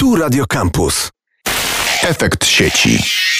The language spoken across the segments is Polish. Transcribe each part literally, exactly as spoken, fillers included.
Tu Radio Campus. Efekt sieci.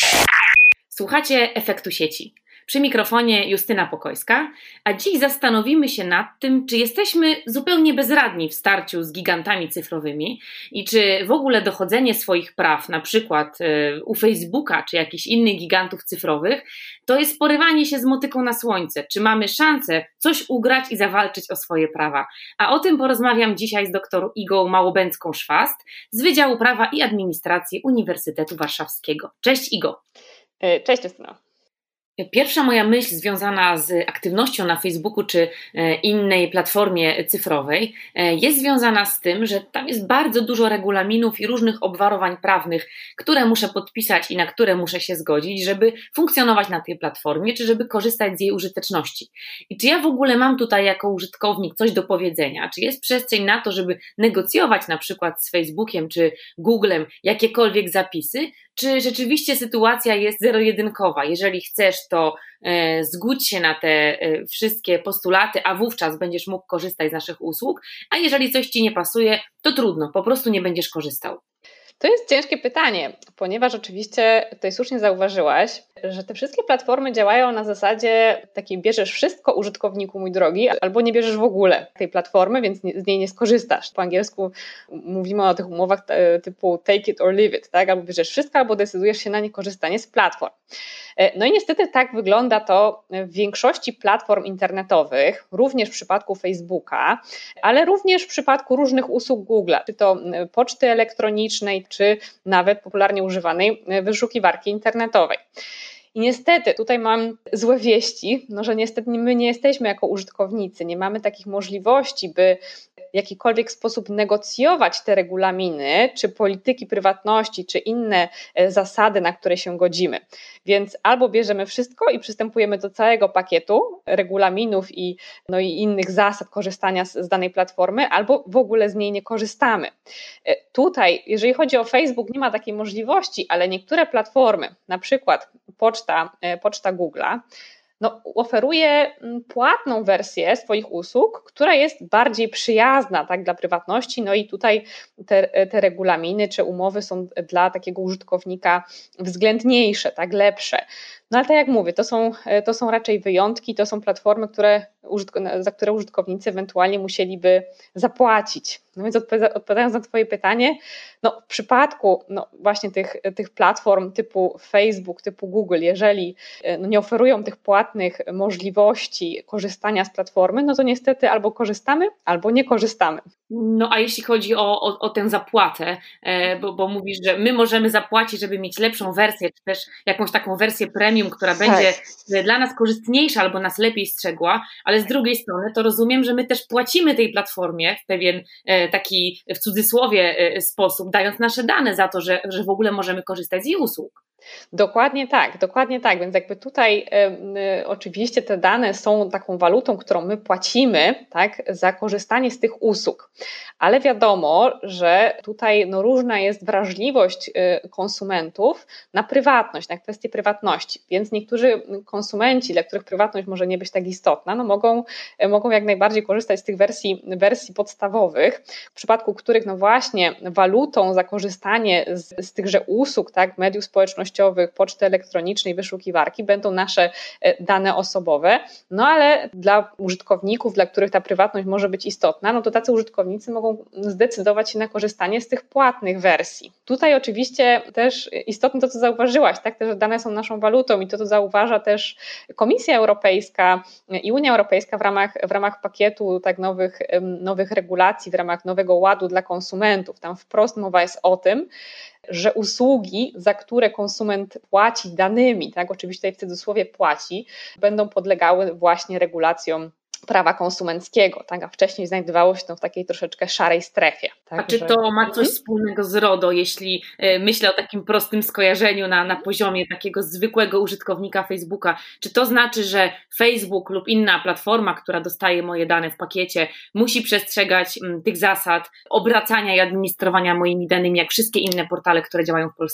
Słuchacie Efektu Sieci. Przy mikrofonie Justyna Pokojska, a dziś zastanowimy się nad tym, czy jesteśmy zupełnie bezradni w starciu z gigantami cyfrowymi i czy w ogóle dochodzenie swoich praw, na przykład u Facebooka czy jakichś innych gigantów cyfrowych, to jest porywanie się z motyką na słońce, czy mamy szansę coś ugrać i zawalczyć o swoje prawa. A o tym porozmawiam dzisiaj z dr Igą Małobęcką-Szwast z Wydziału Prawa i Administracji Uniwersytetu Warszawskiego. Cześć Igo. Cześć Justyno. Pierwsza moja myśl związana z aktywnością na Facebooku czy innej platformie cyfrowej jest związana z tym, że tam jest bardzo dużo regulaminów i różnych obwarowań prawnych, które muszę podpisać i na które muszę się zgodzić, żeby funkcjonować na tej platformie, czy żeby korzystać z jej użyteczności. I czy ja w ogóle mam tutaj jako użytkownik coś do powiedzenia? Czy jest przestrzeń na to, żeby negocjować na przykład z Facebookiem czy Googlem jakiekolwiek zapisy? Czy rzeczywiście sytuacja jest zero-jedynkowa? Jeżeli chcesz, to e, zgódź się na te e, wszystkie postulaty, a wówczas będziesz mógł korzystać z naszych usług, a jeżeli coś Ci nie pasuje, to trudno, po prostu nie będziesz korzystał. To jest ciężkie pytanie, ponieważ oczywiście tutaj słusznie zauważyłaś, że te wszystkie platformy działają na zasadzie takiej bierzesz wszystko użytkowniku mój drogi, albo nie bierzesz w ogóle tej platformy, więc nie, z niej nie skorzystasz. Po angielsku mówimy o tych umowach typu take it or leave it, tak? Albo bierzesz wszystko, albo decydujesz się na niekorzystanie z platform. No i niestety tak wygląda to w większości platform internetowych, również w przypadku Facebooka, ale również w przypadku różnych usług Google'a, czy to poczty elektronicznej, czy nawet popularnie używanej wyszukiwarki internetowej. I niestety tutaj mam złe wieści, no, że niestety my nie jesteśmy jako użytkownicy, nie mamy takich możliwości, by w jakikolwiek sposób negocjować te regulaminy, czy polityki prywatności, czy inne zasady, na które się godzimy. Więc albo bierzemy wszystko i przystępujemy do całego pakietu regulaminów i, no i innych zasad korzystania z, z danej platformy, albo w ogóle z niej nie korzystamy. Tutaj, jeżeli chodzi o Facebook, nie ma takiej możliwości, ale niektóre platformy, na przykład poczta, poczta Google'a, no, oferuje płatną wersję swoich usług, która jest bardziej przyjazna, tak, dla prywatności, no i tutaj te, te regulaminy czy umowy są dla takiego użytkownika względniejsze, tak, lepsze. No ale tak jak mówię, to są, to są raczej wyjątki, to są platformy, które, za które użytkownicy ewentualnie musieliby zapłacić. No więc odpowiadając na Twoje pytanie, no w przypadku no właśnie tych, tych platform typu Facebook, typu Google, jeżeli no nie oferują tych płatnych możliwości korzystania z platformy, no to niestety albo korzystamy, albo nie korzystamy. No a jeśli chodzi o, o, o tę zapłatę, bo, bo mówisz, że my możemy zapłacić, żeby mieć lepszą wersję, czy też jakąś taką wersję premium, która tak. będzie dla nas korzystniejsza albo nas lepiej strzegła, ale z drugiej strony to rozumiem, że my też płacimy tej platformie w pewien taki w cudzysłowie sposób, dając nasze dane za to, że, że w ogóle możemy korzystać z jej usług. Dokładnie tak, dokładnie tak, więc jakby tutaj y, y, oczywiście te dane są taką walutą, którą my płacimy, tak, za korzystanie z tych usług, ale wiadomo, że tutaj no, różna jest wrażliwość y, konsumentów na prywatność, na kwestie prywatności, więc niektórzy konsumenci, dla których prywatność może nie być tak istotna, no mogą, y, mogą jak najbardziej korzystać z tych wersji, wersji podstawowych, w przypadku których no właśnie walutą za korzystanie z, z tychże usług, tak, mediów społecznościowych, poczty elektronicznej, wyszukiwarki będą nasze dane osobowe, no ale dla użytkowników, dla których ta prywatność może być istotna, no to tacy użytkownicy mogą zdecydować się na korzystanie z tych płatnych wersji. Tutaj oczywiście też istotne to, co zauważyłaś, tak, że dane są naszą walutą i to, co zauważa też Komisja Europejska i Unia Europejska w ramach, w ramach pakietu tak nowych, nowych regulacji, w ramach nowego ładu dla konsumentów. Tam wprost mowa jest o tym, że usługi, za które konsument płaci danymi, tak, oczywiście tutaj w cudzysłowie płaci, będą podlegały właśnie regulacjom prawa konsumenckiego, tak, a wcześniej znajdowało się to w takiej troszeczkę szarej strefie. Tak, a czy że... to ma coś wspólnego z RODO, jeśli y, myślę o takim prostym skojarzeniu na, na poziomie takiego zwykłego użytkownika Facebooka, czy to znaczy, że Facebook lub inna platforma, która dostaje moje dane w pakiecie, musi przestrzegać m, tych zasad obracania i administrowania moimi danymi, jak wszystkie inne portale, które działają w Polsce?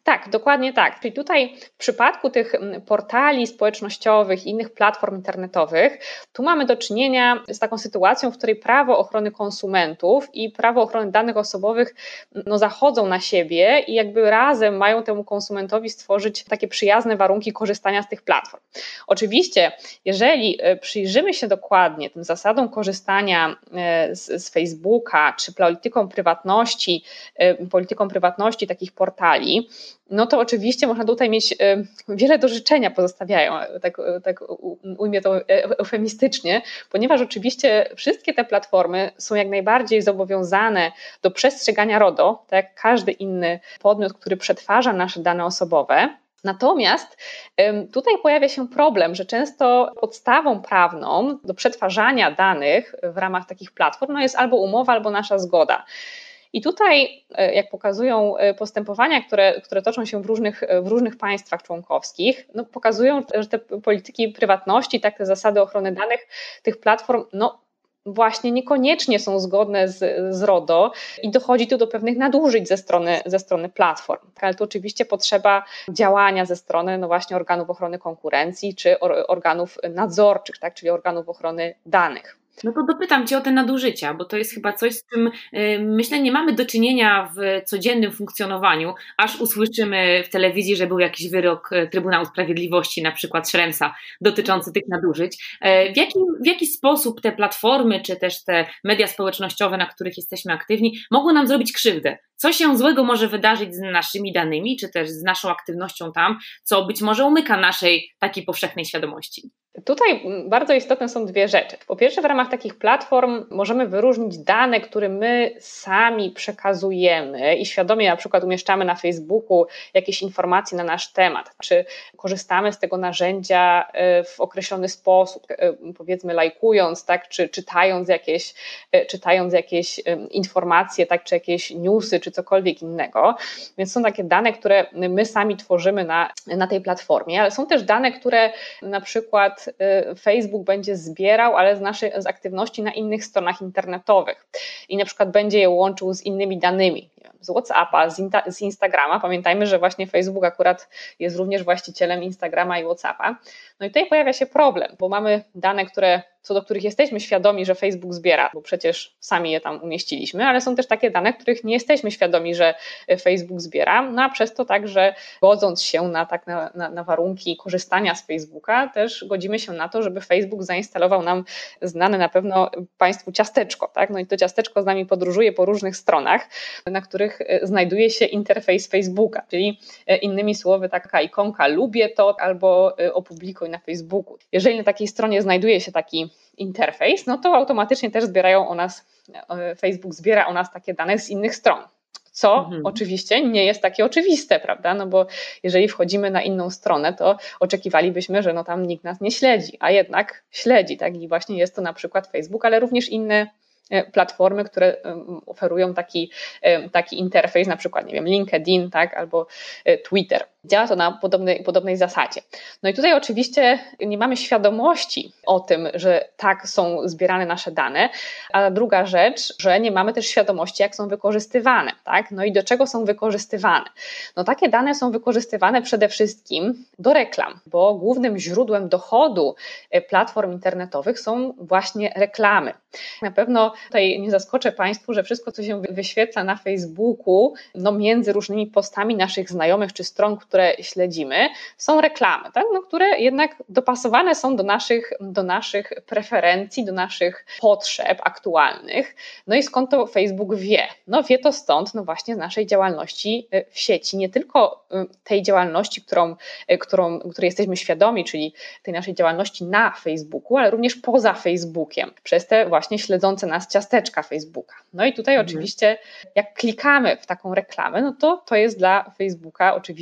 Tak, dokładnie tak. Czyli tutaj w przypadku tych portali społecznościowych i innych platform internetowych, tu mamy do czynienia z taką sytuacją, w której prawo ochrony konsumentów i prawo ochrony danych osobowych no, zachodzą na siebie i jakby razem mają temu konsumentowi stworzyć takie przyjazne warunki korzystania z tych platform. Oczywiście, jeżeli przyjrzymy się dokładnie tym zasadom korzystania z, z Facebooka czy polityką prywatności, polityką prywatności takich portali, no to oczywiście można tutaj mieć wiele do życzenia pozostawiają, tak, tak ujmę to eufemistycznie, ponieważ oczywiście wszystkie te platformy są jak najbardziej zobowiązane do przestrzegania RODO, tak jak każdy inny podmiot, który przetwarza nasze dane osobowe. Natomiast tutaj pojawia się problem, że często podstawą prawną do przetwarzania danych w ramach takich platform no jest albo umowa, albo nasza zgoda. I tutaj, jak pokazują postępowania, które, które toczą się w różnych, w różnych państwach członkowskich, no pokazują, że te polityki prywatności, tak, te zasady ochrony danych tych platform, no właśnie niekoniecznie są zgodne z, z RODO i dochodzi tu do pewnych nadużyć ze strony, ze strony platform. Ale tu oczywiście potrzeba działania ze strony no właśnie organów ochrony konkurencji czy or, organów nadzorczych, tak, czyli organów ochrony danych. No to dopytam Cię o te nadużycia, bo to jest chyba coś, z czym myślę nie mamy do czynienia w codziennym funkcjonowaniu, aż usłyszymy w telewizji, że był jakiś wyrok Trybunału Sprawiedliwości, na przykład Schremsa, dotyczący tych nadużyć. W jaki, w jaki sposób te platformy, czy też te media społecznościowe, na których jesteśmy aktywni, mogą nam zrobić krzywdę? Co się złego może wydarzyć z naszymi danymi, czy też z naszą aktywnością tam, co być może umyka naszej takiej powszechnej świadomości? Tutaj bardzo istotne są dwie rzeczy. Po pierwsze, w ramach takich platform możemy wyróżnić dane, które my sami przekazujemy i świadomie na przykład umieszczamy na Facebooku jakieś informacje na nasz temat, czy korzystamy z tego narzędzia w określony sposób, powiedzmy lajkując, tak, czy czytając jakieś, czytając jakieś informacje, tak, czy jakieś newsy, czy cokolwiek innego. Więc są takie dane, które my sami tworzymy na, na tej platformie, ale są też dane, które na przykład Facebook będzie zbierał, ale z naszej z aktywności na innych stronach internetowych i na przykład będzie je łączył z innymi danymi, nie wiem, z WhatsAppa, z, Inta, z Instagrama. Pamiętajmy, że właśnie Facebook akurat jest również właścicielem Instagrama i WhatsAppa. No i tutaj pojawia się problem, bo mamy dane, które, co do których jesteśmy świadomi, że Facebook zbiera, bo przecież sami je tam umieściliśmy, ale są też takie dane, których nie jesteśmy świadomi, że Facebook zbiera, no a przez to także godząc się na, tak, na, na, na warunki korzystania z Facebooka, też godzimy się na to, żeby Facebook zainstalował nam znane na pewno Państwu ciasteczko, tak? No i to ciasteczko z nami podróżuje po różnych stronach, na których znajduje się interfejs Facebooka, czyli innymi słowy taka ikonka lubię to albo opublikuj na Facebooku. Jeżeli na takiej stronie znajduje się taki interfejs, no to automatycznie też zbierają o nas, Facebook zbiera o nas takie dane z innych stron. Co mhm. oczywiście nie jest takie oczywiste, prawda? No bo jeżeli wchodzimy na inną stronę, to oczekiwalibyśmy, że no tam nikt nas nie śledzi, a jednak śledzi, tak? I właśnie jest to na przykład Facebook, ale również inne platformy, które oferują taki, taki interfejs, na przykład, nie wiem, LinkedIn, tak, albo Twitter. Działa to na podobnej, podobnej zasadzie. No i tutaj oczywiście nie mamy świadomości o tym, że tak są zbierane nasze dane, a druga rzecz, że nie mamy też świadomości, jak są wykorzystywane, tak? No i do czego są wykorzystywane? No takie dane są wykorzystywane przede wszystkim do reklam, bo głównym źródłem dochodu platform internetowych są właśnie reklamy. Na pewno tutaj nie zaskoczę Państwu, że wszystko, co się wyświetla na Facebooku, no między różnymi postami naszych znajomych czy stron, które śledzimy, są reklamy, tak? No, które jednak dopasowane są do naszych, do naszych preferencji, do naszych potrzeb aktualnych. No i skąd to Facebook wie? No wie to stąd, no właśnie z naszej działalności w sieci, nie tylko tej działalności, którą, którą, której jesteśmy świadomi, czyli tej naszej działalności na Facebooku, ale również poza Facebookiem, przez te właśnie śledzące nas ciasteczka Facebooka. No i tutaj mhm. oczywiście jak klikamy w taką reklamę, no to to jest dla Facebooka oczywiście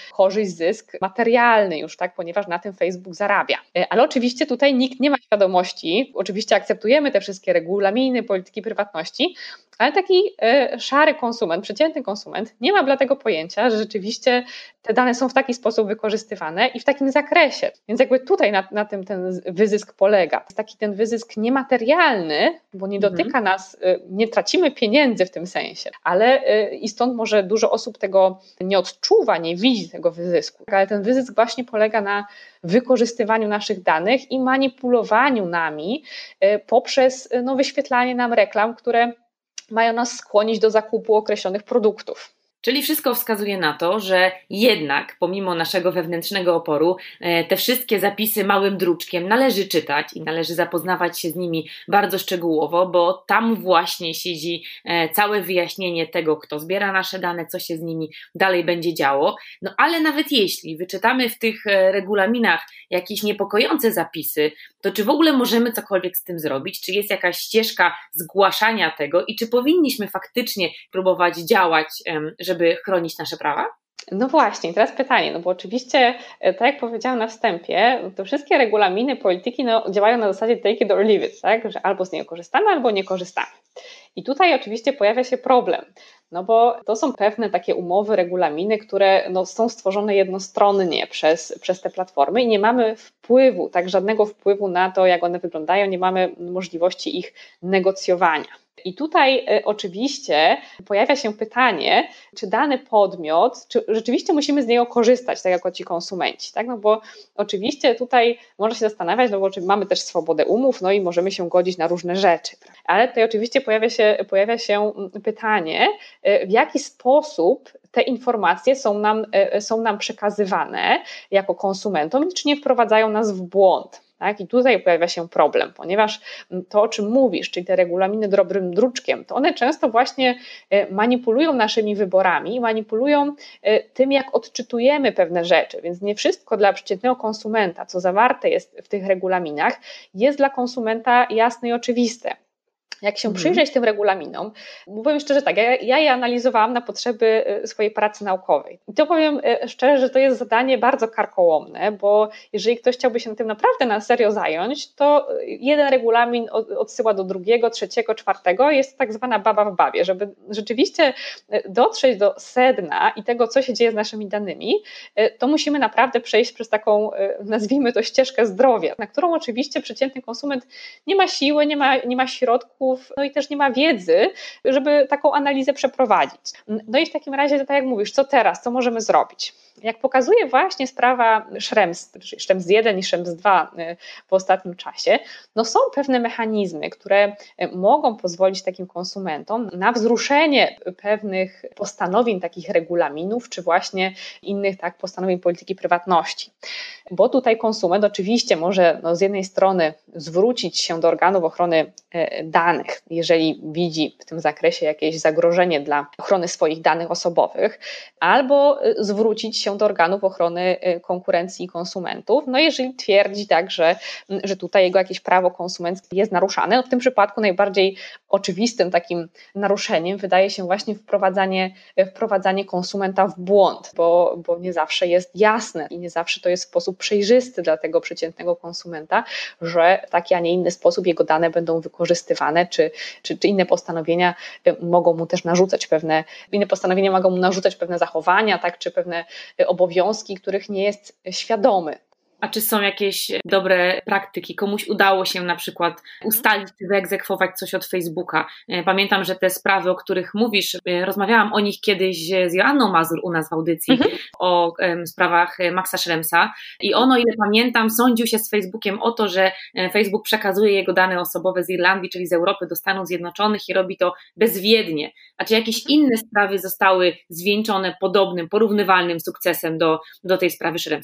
korzyść, zysk materialny już, tak, ponieważ na tym Facebook zarabia. Ale oczywiście tutaj nikt nie ma świadomości, oczywiście akceptujemy te wszystkie regulaminy, polityki prywatności, ale taki y, szary konsument, przeciętny konsument nie ma dlatego pojęcia, że rzeczywiście te dane są w taki sposób wykorzystywane i w takim zakresie. Więc jakby tutaj na, na tym ten wyzysk polega. To jest taki ten wyzysk niematerialny, bo nie dotyka mhm. nas, y, nie tracimy pieniędzy w tym sensie, ale y, i stąd może dużo osób tego nie odczuwa, nie widzi tego wyzysku. Ale ten wyzysk właśnie polega na wykorzystywaniu naszych danych i manipulowaniu nami y, poprzez no, wyświetlanie nam reklam, które mają nas skłonić do zakupu określonych produktów. Czyli wszystko wskazuje na to, że jednak pomimo naszego wewnętrznego oporu te wszystkie zapisy małym druczkiem należy czytać i należy zapoznawać się z nimi bardzo szczegółowo, bo tam właśnie siedzi całe wyjaśnienie tego, kto zbiera nasze dane, co się z nimi dalej będzie działo. No ale nawet jeśli wyczytamy w tych regulaminach jakieś niepokojące zapisy, to czy w ogóle możemy cokolwiek z tym zrobić? Czy jest jakaś ścieżka zgłaszania tego i czy powinniśmy faktycznie próbować działać, żeby chronić nasze prawa? No właśnie, teraz pytanie, no bo oczywiście, tak jak powiedziałam na wstępie, to wszystkie regulaminy polityki no, działają na zasadzie take it or leave it, tak? Że albo z niej korzystamy, albo nie korzystamy. I tutaj oczywiście pojawia się problem, no bo to są pewne takie umowy, regulaminy, które no, są stworzone jednostronnie przez, przez te platformy i nie mamy wpływu, tak żadnego wpływu na to, jak one wyglądają, nie mamy możliwości ich negocjowania. I tutaj y, oczywiście pojawia się pytanie, czy dany podmiot, czy rzeczywiście musimy z niego korzystać, tak jako ci konsumenci, tak? No bo oczywiście tutaj można się zastanawiać, no bo mamy też swobodę umów, no i możemy się godzić na różne rzeczy, ale tutaj oczywiście pojawia się, pojawia się pytanie, y, w jaki sposób te informacje są nam, y, są nam przekazywane jako konsumentom i czy nie wprowadzają nas w błąd. Tak? I tutaj pojawia się problem, ponieważ to, o czym mówisz, czyli te regulaminy dobrym druczkiem, to one często właśnie manipulują naszymi wyborami, manipulują tym, jak odczytujemy pewne rzeczy, więc nie wszystko dla przeciętnego konsumenta, co zawarte jest w tych regulaminach, jest dla konsumenta jasne i oczywiste. Jak się przyjrzeć tym regulaminom, bo powiem szczerze tak, ja, ja je analizowałam na potrzeby swojej pracy naukowej. I to powiem szczerze, że to jest zadanie bardzo karkołomne, bo jeżeli ktoś chciałby się tym naprawdę na serio zająć, to jeden regulamin odsyła do drugiego, trzeciego, czwartego, jest tak zwana baba w babie, żeby rzeczywiście dotrzeć do sedna i tego, co się dzieje z naszymi danymi, to musimy naprawdę przejść przez taką, nazwijmy to, ścieżkę zdrowia, na którą oczywiście przeciętny konsument nie ma siły, nie ma, nie ma środków, no i też nie ma wiedzy, żeby taką analizę przeprowadzić. No i w takim razie, tak jak mówisz, co teraz, co możemy zrobić? Jak pokazuje właśnie sprawa Schrems, Schrems jeden i Schrems dwa w ostatnim czasie, no są pewne mechanizmy, które mogą pozwolić takim konsumentom na wzruszenie pewnych postanowień, takich regulaminów, czy właśnie innych tak postanowień polityki prywatności. Bo tutaj konsument oczywiście może no, z jednej strony zwrócić się do organów ochrony danych, jeżeli widzi w tym zakresie jakieś zagrożenie dla ochrony swoich danych osobowych, albo zwrócić się do organów ochrony konkurencji i konsumentów, no jeżeli twierdzi tak, że, że tutaj jego jakieś prawo konsumenckie jest naruszane. No w tym przypadku najbardziej oczywistym takim naruszeniem wydaje się właśnie wprowadzanie, wprowadzanie konsumenta w błąd, bo, bo nie zawsze jest jasne i nie zawsze to jest w sposób przejrzysty dla tego przeciętnego konsumenta, że w taki, a nie inny sposób jego dane będą wykorzystywane, czy, czy, czy inne postanowienia mogą mu też narzucać pewne, inne postanowienia mogą mu narzucać pewne zachowania, tak, czy pewne obowiązki, których nie jest świadomy. A czy są jakieś dobre praktyki? Komuś udało się na przykład ustalić czy wyegzekwować coś od Facebooka? Pamiętam, że te sprawy, o których mówisz, rozmawiałam o nich kiedyś z Joanną Mazur u nas w audycji, mhm. o um, sprawach Maxa Schremsa i on, o ile pamiętam, sądził się z Facebookiem o to, że Facebook przekazuje jego dane osobowe z Irlandii, czyli z Europy do Stanów Zjednoczonych i robi to bezwiednie. A czy jakieś inne sprawy zostały zwieńczone podobnym, porównywalnym sukcesem do, do tej sprawy Schremsa?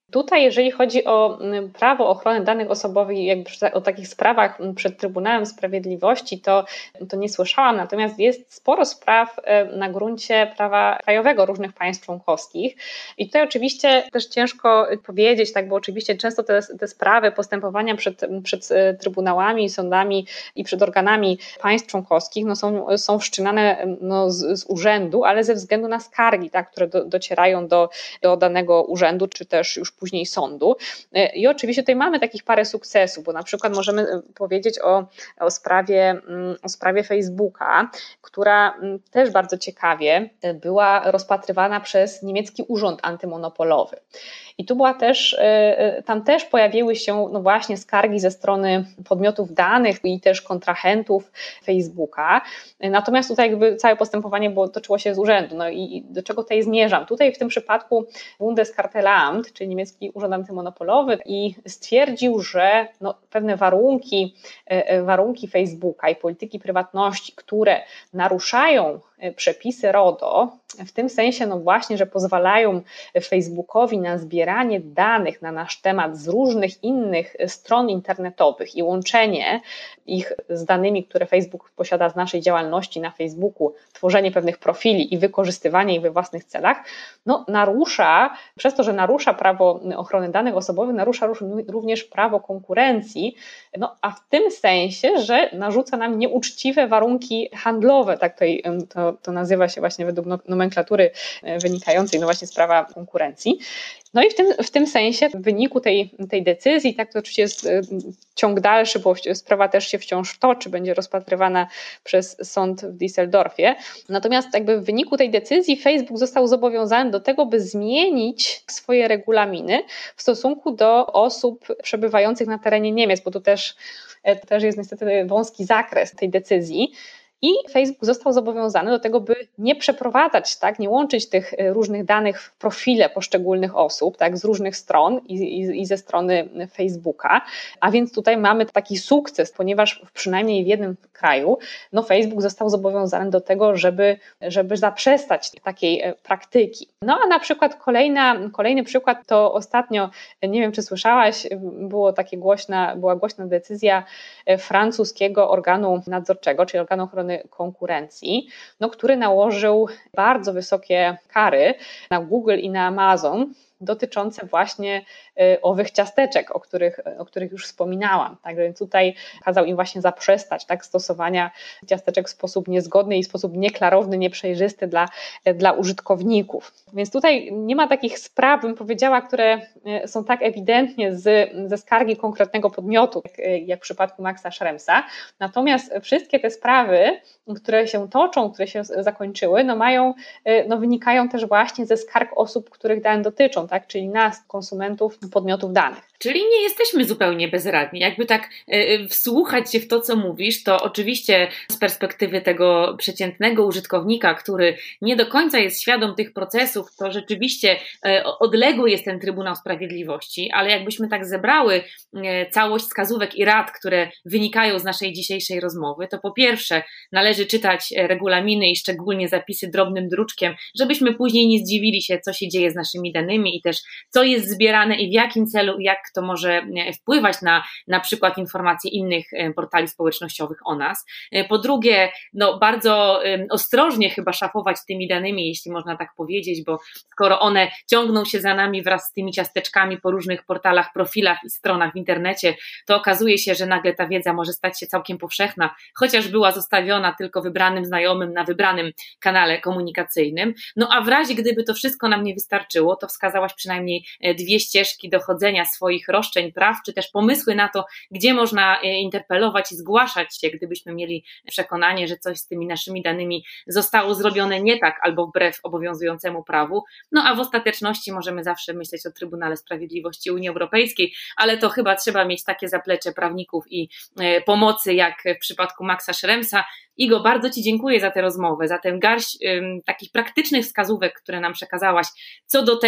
Tutaj, jeżeli chodzi o prawo ochrony danych osobowych, jakby o takich sprawach przed Trybunałem Sprawiedliwości, to, to nie słyszałam, natomiast jest sporo spraw na gruncie prawa krajowego różnych państw członkowskich i tutaj oczywiście też ciężko powiedzieć, tak, bo oczywiście często te, te sprawy, postępowania przed, przed trybunałami, sądami i przed organami państw członkowskich no są, są wszczynane no, z, z urzędu, ale ze względu na skargi, tak, które do, docierają do, do danego urzędu, czy też już później sądu. I oczywiście tutaj mamy takich parę sukcesów, bo na przykład możemy powiedzieć o, o, sprawie, o sprawie Facebooka, która też bardzo ciekawie była rozpatrywana przez niemiecki urząd antymonopolowy. I tu była też, tam też pojawiły się no właśnie skargi ze strony podmiotów danych i też kontrahentów Facebooka. Natomiast tutaj jakby całe postępowanie było, toczyło się z urzędu. No i do czego tutaj zmierzam? Tutaj w tym przypadku Bundeskartellamt, czyli niemiecki urząd antymonopolowy, i stwierdził, że no pewne warunki, warunki Facebooka i polityki prywatności, które naruszają przepisy RODO, w tym sensie no właśnie, że pozwalają Facebookowi na zbieranie danych na nasz temat z różnych innych stron internetowych i łączenie ich z danymi, które Facebook posiada z naszej działalności na Facebooku, tworzenie pewnych profili i wykorzystywanie ich we własnych celach, no narusza, przez to, że narusza prawo ochrony danych osobowych, narusza również prawo konkurencji, no a w tym sensie, że narzuca nam nieuczciwe warunki handlowe, tak tutaj to, to nazywa się właśnie według nomenklatury wynikającej no właśnie z prawa konkurencji. No i w tym, w tym sensie w wyniku tej, tej decyzji, tak to oczywiście jest ciąg dalszy, bo sprawa też się wciąż toczy, będzie rozpatrywana przez sąd w Düsseldorfie. Natomiast jakby w wyniku tej decyzji Facebook został zobowiązany do tego, by zmienić swoje regulaminy w stosunku do osób przebywających na terenie Niemiec, bo to też, to też jest niestety wąski zakres tej decyzji. I Facebook został zobowiązany do tego, by nie przeprowadzać, tak, nie łączyć tych różnych danych w profile poszczególnych osób, tak, z różnych stron i, i, i ze strony Facebooka. A więc tutaj mamy taki sukces, ponieważ przynajmniej w jednym kraju no Facebook został zobowiązany do tego, żeby, żeby zaprzestać takiej praktyki. No a na przykład kolejna, kolejny przykład to ostatnio, nie wiem czy słyszałaś, było takie głośna, była głośna decyzja francuskiego organu nadzorczego, czyli organu ochrony konkurencji, no, który nałożył bardzo wysokie kary na Google i na Amazon dotyczące właśnie y, owych ciasteczek, o których, o których już wspominałam. Tak więc tutaj kazał im właśnie zaprzestać tak, stosowania ciasteczek w sposób niezgodny i w sposób nieklarowny, nieprzejrzysty dla, dla użytkowników. Więc tutaj nie ma takich spraw, bym powiedziała, które są tak ewidentnie z, ze skargi konkretnego podmiotu, jak, jak w przypadku Maxa Schremsa. Natomiast wszystkie te sprawy, które się toczą, które się zakończyły, no mają, no wynikają też właśnie ze skarg osób, których dane dotyczą, tak? Czyli nas, konsumentów, podmiotów danych. Czyli nie jesteśmy zupełnie bezradni. Jakby tak y, wsłuchać się w to, co mówisz, to oczywiście z perspektywy tego przeciętnego użytkownika, który nie do końca jest świadom tych procesów, to rzeczywiście y, odległy jest ten Trybunał Sprawiedliwości, ale jakbyśmy tak zebrały y, całość wskazówek i rad, które wynikają z naszej dzisiejszej rozmowy, to po pierwsze należy czytać regulaminy i szczególnie zapisy drobnym druczkiem, żebyśmy później nie zdziwili się, co się dzieje z naszymi danymi i też co jest zbierane i w jakim celu, jak to może wpływać na na przykład informacje innych portali społecznościowych o nas. Po drugie, no bardzo ostrożnie chyba szafować tymi danymi, jeśli można tak powiedzieć, bo skoro one ciągną się za nami wraz z tymi ciasteczkami po różnych portalach, profilach i stronach w internecie, to okazuje się, że nagle ta wiedza może stać się całkiem powszechna, chociaż była zostawiona tylko wybranym znajomym na wybranym kanale komunikacyjnym. No a w razie, gdyby to wszystko nam nie wystarczyło, to wskazałaś przynajmniej dwie ścieżki dochodzenia swoich roszczeń praw, czy też pomysły na to, gdzie można interpelować i zgłaszać się, gdybyśmy mieli przekonanie, że coś z tymi naszymi danymi zostało zrobione nie tak albo wbrew obowiązującemu prawu. No a w ostateczności możemy zawsze myśleć o Trybunale Sprawiedliwości Unii Europejskiej, ale to chyba trzeba mieć takie zaplecze prawników i pomocy jak w przypadku Maxa Schremsa. Igo, bardzo Ci dziękuję za tę rozmowę, za tę garść um, takich praktycznych wskazówek, które nam przekazałaś, co do tego, jak poradzić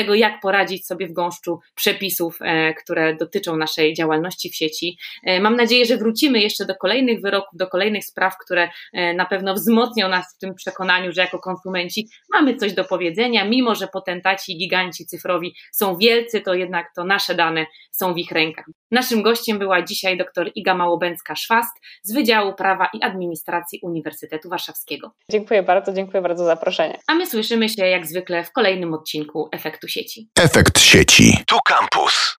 poradzić sobie w gąszczu przepisów, które dotyczą naszej działalności w sieci. Mam nadzieję, że wrócimy jeszcze do kolejnych wyroków, do kolejnych spraw, które na pewno wzmocnią nas w tym przekonaniu, że jako konsumenci mamy coś do powiedzenia, mimo że potentaci, giganci cyfrowi są wielcy, to jednak to nasze dane są w ich rękach. Naszym gościem była dzisiaj dr Iga Małobęcka-Szwast z Wydziału Prawa i Administracji Uniwersytetu Warszawskiego. Dziękuję bardzo, dziękuję bardzo za zaproszenie. A my słyszymy się jak zwykle w kolejnym odcinku Efektu Sieci. Efekt sieci. Tu Campus.